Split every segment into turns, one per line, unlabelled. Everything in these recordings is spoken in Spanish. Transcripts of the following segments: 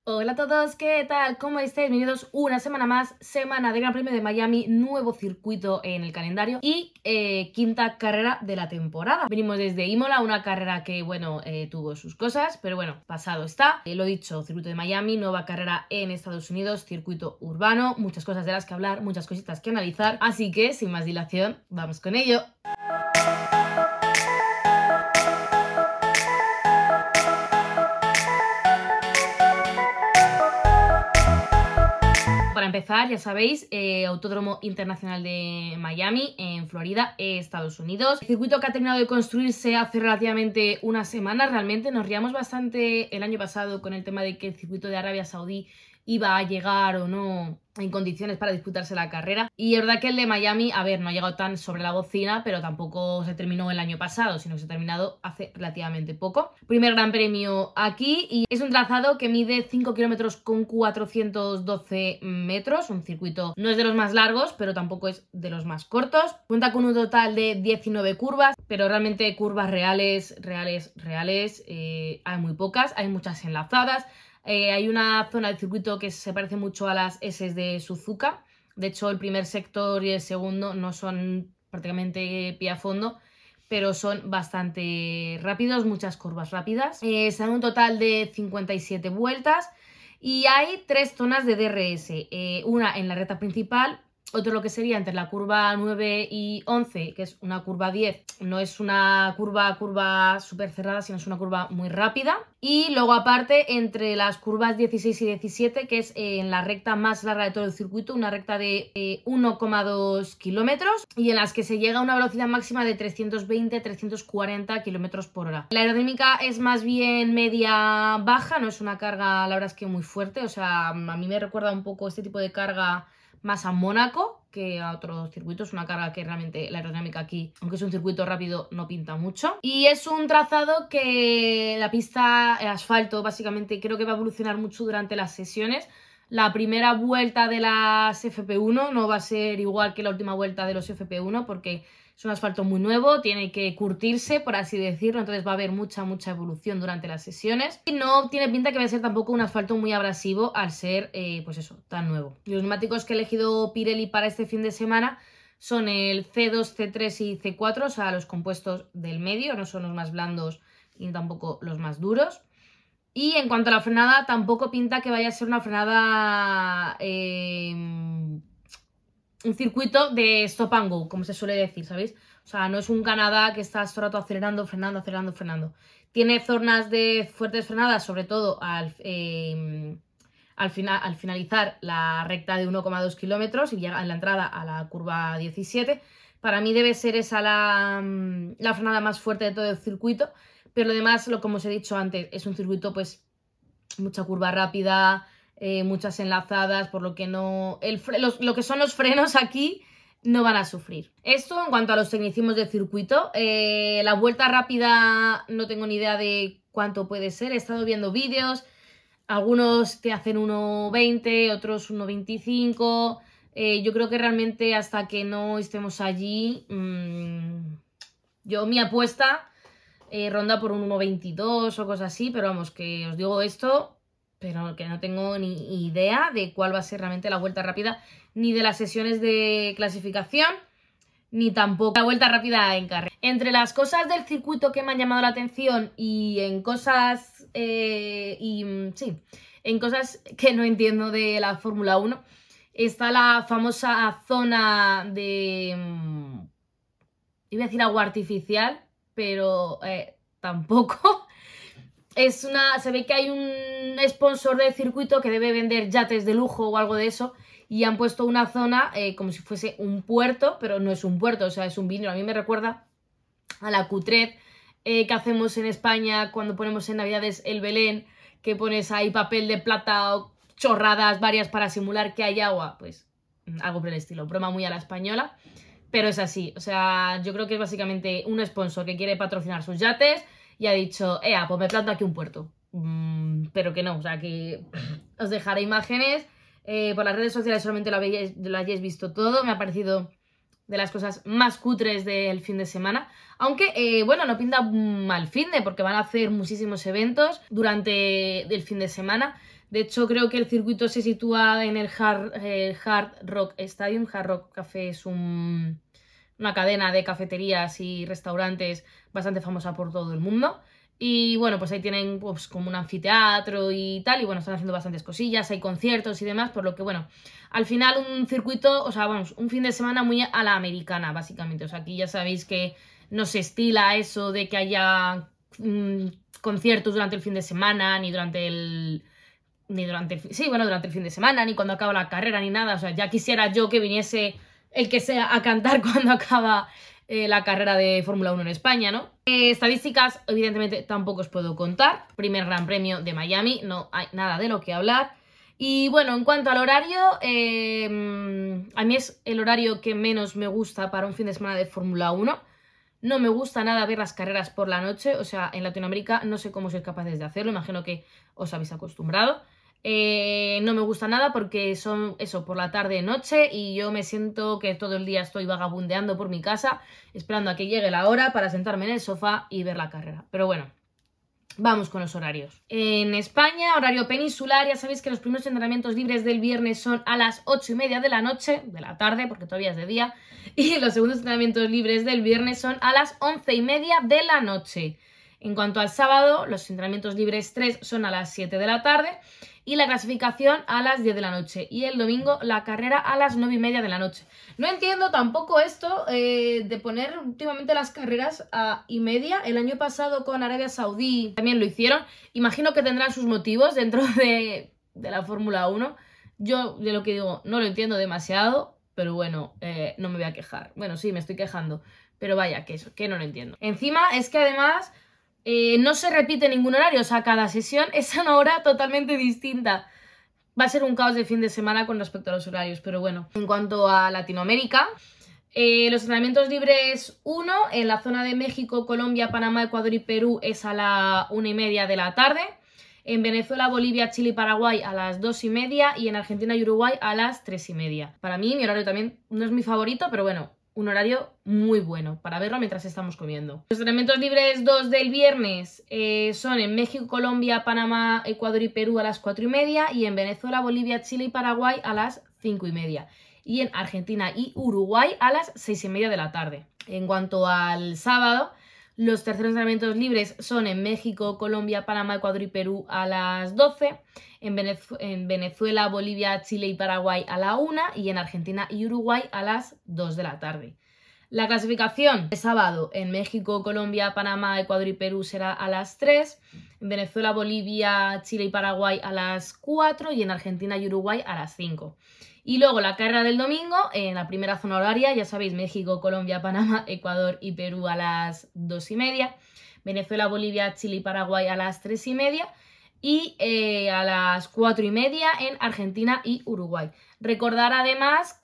Hola a todos, ¿qué tal? ¿Cómo estáis? Bienvenidos una semana más, semana de Gran Premio de Miami, nuevo circuito en el calendario y quinta carrera de la temporada. Venimos desde Imola, una carrera que, bueno, tuvo sus cosas, pero bueno, pasado está. Lo dicho, circuito de Miami, nueva carrera en Estados Unidos, circuito urbano, muchas cosas de las que hablar, muchas cositas que analizar, así que, sin más dilación, vamos con ello. Para empezar, ya sabéis, Autódromo Internacional de Miami, en Florida, Estados Unidos. El circuito que ha terminado de construirse hace relativamente una semana. Realmente nos riamos bastante el año pasado con el tema de que el circuito de Arabia Saudí iba a llegar o no en condiciones para disputarse la carrera. Y es verdad que el de Miami, a ver, no ha llegado tan sobre la bocina, pero tampoco se terminó el año pasado, sino que se ha terminado hace relativamente poco. Primer gran premio aquí y es un trazado que mide 5 kilómetros con 412 metros. Un circuito no es de los más largos, pero tampoco es de los más cortos. Cuenta con un total de 19 curvas, pero realmente curvas reales, hay muy pocas, hay muchas enlazadas. Hay una zona del circuito que se parece mucho a las S de Suzuka. De hecho, el primer sector y el segundo no son prácticamente pie a fondo, pero son bastante rápidos, muchas curvas rápidas. Se dan un total de 57 vueltas y hay 3 zonas de DRS. Una en la recta principal, otro lo que sería entre la curva 9 y 11, que es una curva 10. No es una curva súper cerrada, sino es una curva muy rápida. Y luego aparte entre las curvas 16 y 17, que es en la recta más larga de todo el circuito, una recta de 1,2 kilómetros y en las que se llega a una velocidad máxima de 320-340 kilómetros por hora. La aerodinámica es más bien media-baja, no es una carga, la verdad es que muy fuerte. O sea, a mí me recuerda un poco este tipo de carga más a Mónaco que a otros circuitos, una carga que realmente la aerodinámica aquí, aunque es un circuito rápido, no pinta mucho. Y es un trazado que la pista, el asfalto, básicamente creo que va a evolucionar mucho durante las sesiones. La primera vuelta de las FP1 no va a ser igual que la última vuelta de los FP1 porque es un asfalto muy nuevo, tiene que curtirse, por así decirlo, entonces va a haber mucha evolución durante las sesiones. Y no tiene pinta que va a ser tampoco un asfalto muy abrasivo al ser, pues eso, tan nuevo. Y los neumáticos que ha elegido Pirelli para este fin de semana son el C2, C3 y C4, o sea, los compuestos del medio, no son los más blandos ni tampoco los más duros. Y en cuanto a la frenada, tampoco pinta que vaya a ser una frenada... un circuito de stop and go, como se suele decir, ¿sabéis? O sea, no es un Canadá que estás todo el rato acelerando, frenando. Tiene zonas de fuertes frenadas, sobre todo al finalizar la recta de 1,2 kilómetros y llega en la entrada a la curva 17. Para mí debe ser esa la frenada más fuerte de todo el circuito, pero lo demás, como os he dicho antes, es un circuito pues mucha curva rápida, muchas enlazadas, por lo que no lo que son los frenos aquí no van a sufrir. Esto en cuanto a los tecnicismos del circuito. La vuelta rápida no tengo ni idea de cuánto puede ser. He estado viendo vídeos, algunos te hacen 1,20, otros 1,25. Yo creo que realmente hasta que no estemos allí, yo mi apuesta ronda por un 1,22 o cosas así, pero vamos, que os digo esto, pero que no tengo ni idea de cuál va a ser realmente la vuelta rápida, ni de las sesiones de clasificación, ni tampoco la vuelta rápida en carrera. Entre las cosas del circuito que me han llamado la atención y en cosas, en cosas que no entiendo de la Fórmula 1, está la famosa zona de... iba a decir agua artificial, pero tampoco. Se ve que hay un sponsor del circuito que debe vender yates de lujo o algo de eso y han puesto una zona como si fuese un puerto, pero no es un puerto, o sea, es un vinilo. A mí me recuerda a la Cutret que hacemos en España cuando ponemos en Navidades el Belén, que pones ahí papel de plata o chorradas varias para simular que hay agua, pues algo por el estilo, broma muy a la española. Pero es así, o sea, yo creo que es básicamente un sponsor que quiere patrocinar sus yates y ha dicho, pues me planto aquí un puerto. Pero que no, o sea, que os dejaré imágenes. Por las redes sociales solamente lo hayáis visto todo. Me ha parecido de las cosas más cutres del fin de semana. Aunque, bueno, no pinta mal finde porque van a hacer muchísimos eventos durante el fin de semana. De hecho, creo que el circuito se sitúa en el Hard Rock Stadium. Hard Rock Café es una cadena de cafeterías y restaurantes bastante famosa por todo el mundo. Y bueno, pues ahí tienen pues, como un anfiteatro y tal, y bueno, están haciendo bastantes cosillas, hay conciertos y demás, por lo que bueno, al final un circuito, o sea, vamos, un fin de semana muy a la americana, básicamente. O sea, aquí ya sabéis que no se estila eso de que haya conciertos durante el fin de semana, durante el fin de semana, ni cuando acaba la carrera, ni nada. O sea, ya quisiera yo que viniese el que sea a cantar cuando acaba la carrera de Fórmula 1 en España, ¿no? Estadísticas, evidentemente, tampoco os puedo contar. Primer Gran Premio de Miami, no hay nada de lo que hablar. Y bueno, en cuanto al horario, a mí es el horario que menos me gusta para un fin de semana de Fórmula 1. No me gusta nada ver las carreras por la noche, o sea, en Latinoamérica no sé cómo sois capaces de hacerlo, imagino que os habéis acostumbrado. No me gusta nada porque son eso, por la tarde noche, y yo me siento que todo el día estoy vagabundeando por mi casa esperando a que llegue la hora para sentarme en el sofá y ver la carrera. Pero bueno, vamos con los horarios. En España, horario peninsular, ya sabéis que los primeros entrenamientos libres del viernes son a las 8:30 de la noche, de la tarde, porque todavía es de día, y los segundos entrenamientos libres del viernes son a las 11:30 de la noche. En cuanto al sábado, los entrenamientos libres 3 son a las 7 de la tarde y la clasificación a las 10 de la noche. Y el domingo la carrera a las 9:30 de la noche. No entiendo tampoco esto de poner últimamente las carreras a 1:30. El año pasado con Arabia Saudí también lo hicieron. Imagino que tendrán sus motivos dentro de la Fórmula 1. Yo, de lo que digo, no lo entiendo demasiado, pero bueno, no me voy a quejar. Bueno, sí, me estoy quejando, pero vaya, que no lo entiendo. Encima es que además no se repite ningún horario, o sea, cada sesión es a una hora totalmente distinta. Va a ser un caos de fin de semana con respecto a los horarios, pero bueno. En cuanto a Latinoamérica, los entrenamientos libres 1 en la zona de México, Colombia, Panamá, Ecuador y Perú es a la 1:30 de la tarde. En Venezuela, Bolivia, Chile y Paraguay a las 2:30 y en Argentina y Uruguay a las 3:30. Para mí, mi horario también no es mi favorito, pero bueno, un horario muy bueno para verlo mientras estamos comiendo. Los entrenamientos libres 2 del viernes son en México, Colombia, Panamá, Ecuador y Perú a las 4:30 y en Venezuela, Bolivia, Chile y Paraguay a las 5:30 y en Argentina y Uruguay a las 6:30 de la tarde. En cuanto al sábado, los terceros entrenamientos libres son en México, Colombia, Panamá, Ecuador y Perú a las 12, en Venezuela, Bolivia, Chile y Paraguay a la 1 y en Argentina y Uruguay a las 2 de la tarde. La clasificación de sábado en México, Colombia, Panamá, Ecuador y Perú será a las 3, en Venezuela, Bolivia, Chile y Paraguay a las 4 y en Argentina y Uruguay a las 5. Y luego la carrera del domingo, en la primera zona horaria, ya sabéis, México, Colombia, Panamá, Ecuador y Perú a las 2:30, Venezuela, Bolivia, Chile y Paraguay a las 3:30 y a las 4:30 en Argentina y Uruguay. Recordar además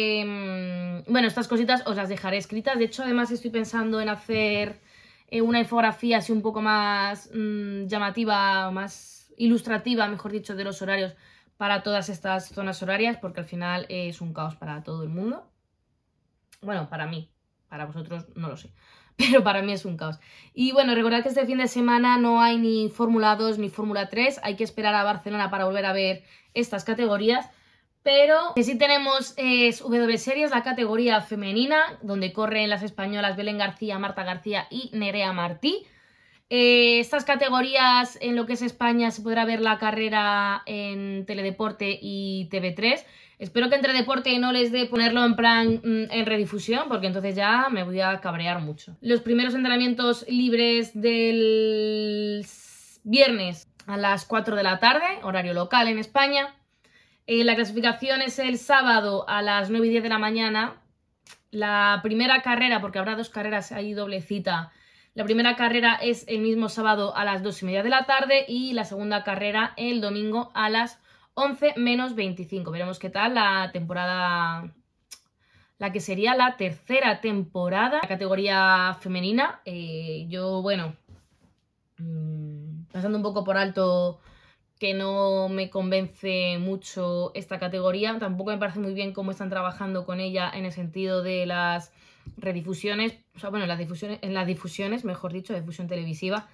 que, bueno, estas cositas os las dejaré escritas. De hecho, además estoy pensando en hacer una infografía así un poco más llamativa, más ilustrativa, mejor dicho, de los horarios para todas estas zonas horarias, porque al final es un caos para todo el mundo. Bueno, para mí, para vosotros no lo sé, pero para mí es un caos. Y bueno, recordad que este fin de semana no hay ni Fórmula 2 ni Fórmula 3, hay que esperar a Barcelona para volver a ver estas categorías, pero que sí tenemos es W Series, la categoría femenina, donde corren las españolas Belén García, Marta García y Nerea Martí. Estas categorías en lo que es España se podrá ver la carrera en Teledeporte y TV3. Espero que entre Deporte no les dé ponerlo en plan en redifusión, porque entonces ya me voy a cabrear mucho. Los primeros entrenamientos libres del viernes a las 4 de la tarde, horario local en España. La clasificación es el sábado a las 9:10 de la mañana. La primera carrera, porque habrá 2 carreras ahí doble cita. La primera carrera es el mismo sábado a las 2:30 de la tarde y la segunda carrera el domingo a las 11:25. Veremos qué tal la temporada, la que sería la tercera temporada, la categoría femenina. Yo, bueno, pasando un poco por alto que no me convence mucho esta categoría. Tampoco me parece muy bien cómo están trabajando con ella en el sentido de las redifusiones, o sea, bueno, en las difusiones, mejor dicho, difusión televisiva,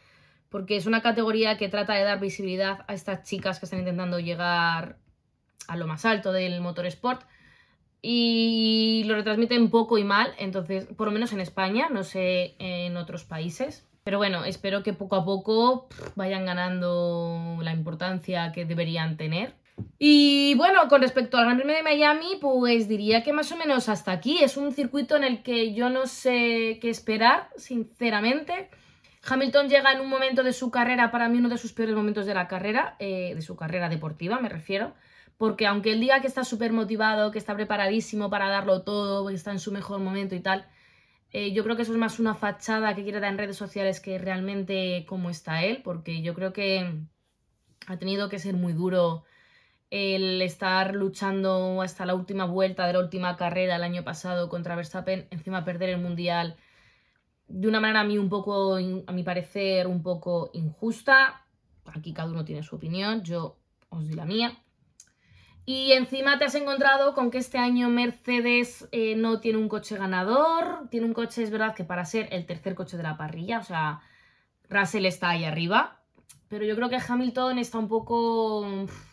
porque es una categoría que trata de dar visibilidad a estas chicas que están intentando llegar a lo más alto del motorsport y lo retransmiten poco y mal, entonces, por lo menos en España, no sé en otros países. Pero bueno, espero que poco a poco vayan ganando la importancia que deberían tener. Y bueno, con respecto al Gran Premio de Miami, pues diría que más o menos hasta aquí. Es un circuito en el que yo no sé qué esperar, sinceramente. Hamilton llega en un momento de su carrera, para mí uno de sus peores momentos de la carrera, de su carrera deportiva me refiero, porque aunque él diga que está súper motivado, que está preparadísimo para darlo todo, que está en su mejor momento y tal, yo creo que eso es más una fachada que quiere dar en redes sociales que realmente cómo está él, porque yo creo que ha tenido que ser muy duro el estar luchando hasta la última vuelta de la última carrera el año pasado contra Verstappen, encima perder el Mundial de una manera a mi parecer, un poco injusta. Aquí cada uno tiene su opinión, yo os di la mía. Y encima te has encontrado con que este año Mercedes no tiene un coche ganador, tiene un coche, es verdad que para ser el tercer coche de la parrilla, o sea, Russell está ahí arriba, pero yo creo que Hamilton está un poco...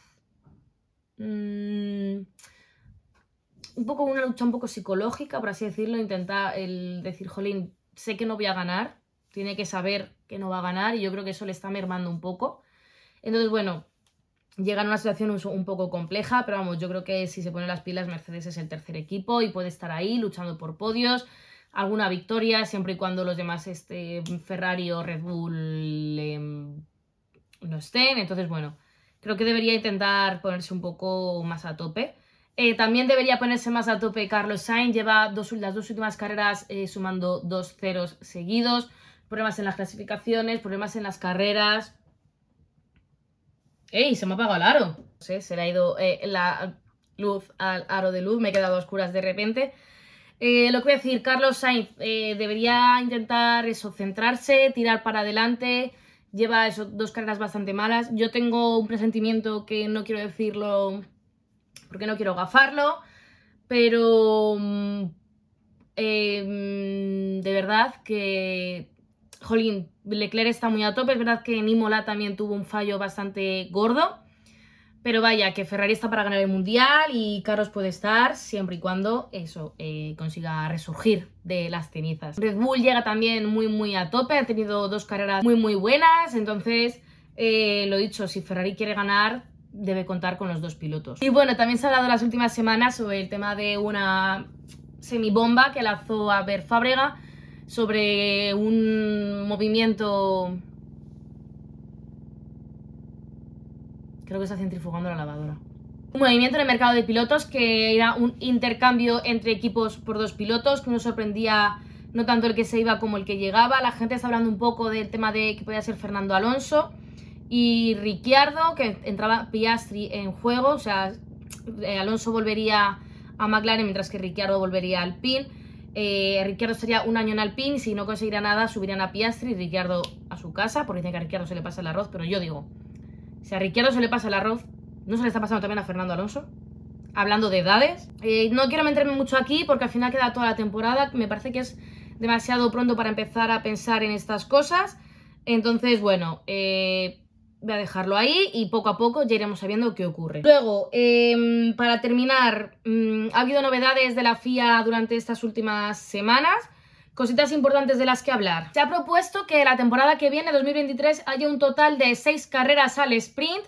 un poco una lucha un poco psicológica, por así decirlo, intenta el decir, jolín, sé que no voy a ganar, tiene que saber que no va a ganar y yo creo que eso le está mermando un poco. Entonces, bueno, llega en una situación un poco compleja, pero vamos, yo creo que si se pone las pilas, Mercedes es el tercer equipo y puede estar ahí luchando por podios, alguna victoria, siempre y cuando los demás, Ferrari o Red Bull, no estén. Entonces, bueno, creo que debería intentar ponerse un poco más a tope. También debería ponerse más a tope Carlos Sainz, lleva las dos últimas carreras sumando 2 ceros seguidos, problemas en las clasificaciones, problemas en las carreras. ¡Ey! Se me ha apagado el aro. No sé, se le ha ido la luz al aro de luz, me he quedado a oscuras de repente. Lo que voy a decir, Carlos Sainz debería intentar eso, centrarse, tirar para adelante. Lleva eso, 2 carreras bastante malas. Yo tengo un presentimiento que no quiero decirlo porque no quiero gafarlo, pero de verdad que, jolín, Leclerc está muy a tope. Es verdad que en Imola también tuvo un fallo bastante gordo, pero vaya, que Ferrari está para ganar el Mundial y Carlos puede estar siempre y cuando eso consiga resurgir de las cenizas. Red Bull llega también muy a tope, ha tenido 2 carreras muy buenas, entonces lo dicho, si Ferrari quiere ganar debe contar con los 2 pilotos. Y bueno, también se ha hablado las últimas semanas sobre el tema de una semibomba que lanzó Albert Fábrega sobre un movimiento... Creo que está centrifugando la lavadora. Un movimiento en el mercado de pilotos que era un intercambio entre equipos por 2 pilotos, que uno sorprendía no tanto el que se iba como el que llegaba. La gente está hablando un poco del tema de que podía ser Fernando Alonso y Ricciardo, que entraba Piastri en juego. O sea, Alonso volvería a McLaren mientras que Ricciardo volvería a Alpine. Ricciardo estaría un año en Alpine y si no conseguiría nada subirían a Piastri y Ricciardo a su casa, porque dicen que a Ricciardo se le pasa el arroz, pero yo digo... Si a Ricciardo se le pasa el arroz, ¿no se le está pasando también a Fernando Alonso? Hablando de edades. No quiero meterme mucho aquí porque al final queda toda la temporada. Me parece que es demasiado pronto para empezar a pensar en estas cosas. Entonces, bueno, voy a dejarlo ahí y poco a poco ya iremos sabiendo qué ocurre. Luego, para terminar, ha habido novedades de la FIA durante estas últimas semanas. Cositas importantes de las que hablar. Se ha propuesto que la temporada que viene, 2023, haya un total de 6 carreras al sprint.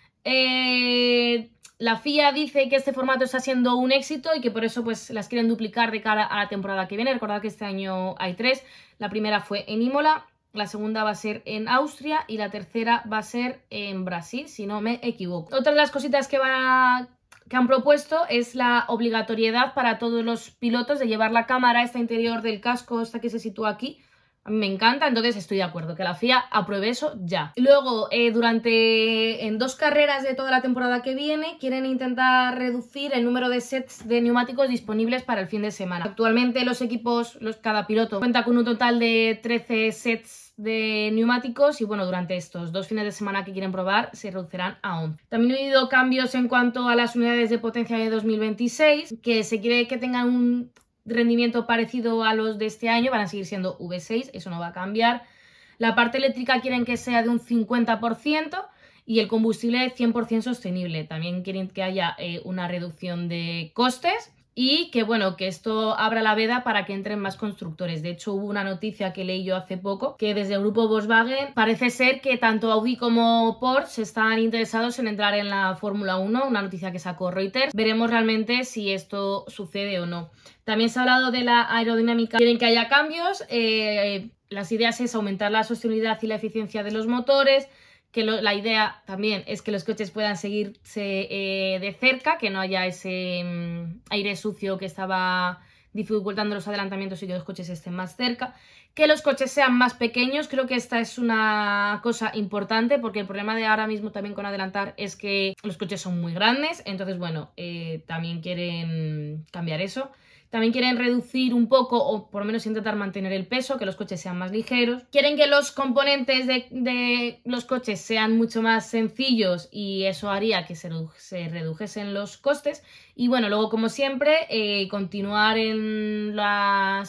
La FIA dice que este formato está siendo un éxito y que por eso pues las quieren duplicar de cara a la temporada que viene. Recordad que este año hay 3. La primera fue en Imola, la segunda va a ser en Austria y la tercera va a ser en Brasil, si no me equivoco. Otra de las cositas que han propuesto es la obligatoriedad para todos los pilotos de llevar la cámara esta interior del casco, esta que se sitúa aquí. A mí me encanta, entonces estoy de acuerdo que la FIA apruebe eso ya. Luego, en 2 carreras de toda la temporada que viene, quieren intentar reducir el número de sets de neumáticos disponibles para el fin de semana. Actualmente los equipos, cada piloto, cuenta con un total de 13 sets de neumáticos y bueno, durante estos 2 fines de semana que quieren probar se reducirán a 11. También ha habido cambios en cuanto a las unidades de potencia de 2026, que se quiere que tengan un rendimiento parecido a los de este año, van a seguir siendo V6, eso no va a cambiar. La parte eléctrica quieren que sea de un 50% y el combustible 100% sostenible. También quieren que haya una reducción de costes y que, bueno, que esto abra la veda para que entren más constructores. De hecho, hubo una noticia que leí yo hace poco que desde el grupo Volkswagen parece ser que tanto Audi como Porsche están interesados en entrar en la Fórmula 1, una noticia que sacó Reuters. Veremos realmente si esto sucede o no. También se ha hablado de la aerodinámica. Quieren que haya cambios. Las ideas es aumentar la sostenibilidad y la eficiencia de los motores, que la idea también es que los coches puedan seguirse de cerca, que no haya ese aire sucio que estaba dificultando los adelantamientos y que los coches estén más cerca, que los coches sean más pequeños. Creo que esta es una cosa importante porque el problema de ahora mismo también con adelantar es que los coches son muy grandes, entonces bueno, también quieren cambiar eso. También quieren reducir un poco o por lo menos intentar mantener el peso, que los coches sean más ligeros. Quieren que los componentes de los coches sean mucho más sencillos y eso haría que se redujesen los costes. Y bueno, luego como siempre, continuar en la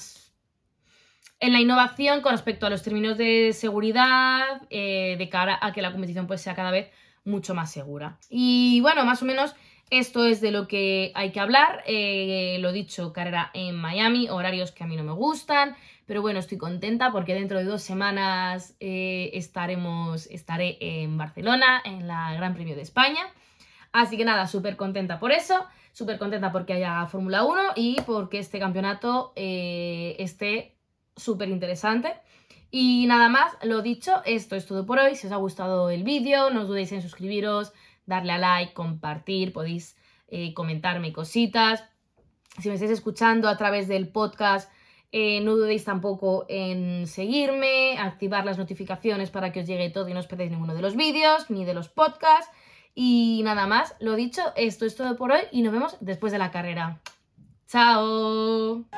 innovación con respecto a los términos de seguridad, de cara a que la competición pues sea cada vez mucho más segura. Y bueno, más o menos esto es de lo que hay que hablar. Lo dicho, carrera en Miami, horarios que a mí no me gustan, pero bueno, estoy contenta porque dentro de 2 semanas estaré en Barcelona, en la Gran Premio de España. Así que nada, súper contenta por eso, súper contenta porque haya Fórmula 1 y porque este campeonato esté súper interesante. Y nada más, lo dicho, esto es todo por hoy. Si os ha gustado el vídeo, no os dudéis en suscribiros, darle a like, compartir, podéis comentarme cositas. Si me estáis escuchando a través del podcast, no dudéis tampoco en seguirme, activar las notificaciones para que os llegue todo y no os perdáis ninguno de los vídeos ni de los podcasts. Y nada más, lo dicho, esto es todo por hoy y nos vemos después de la carrera. ¡Chao!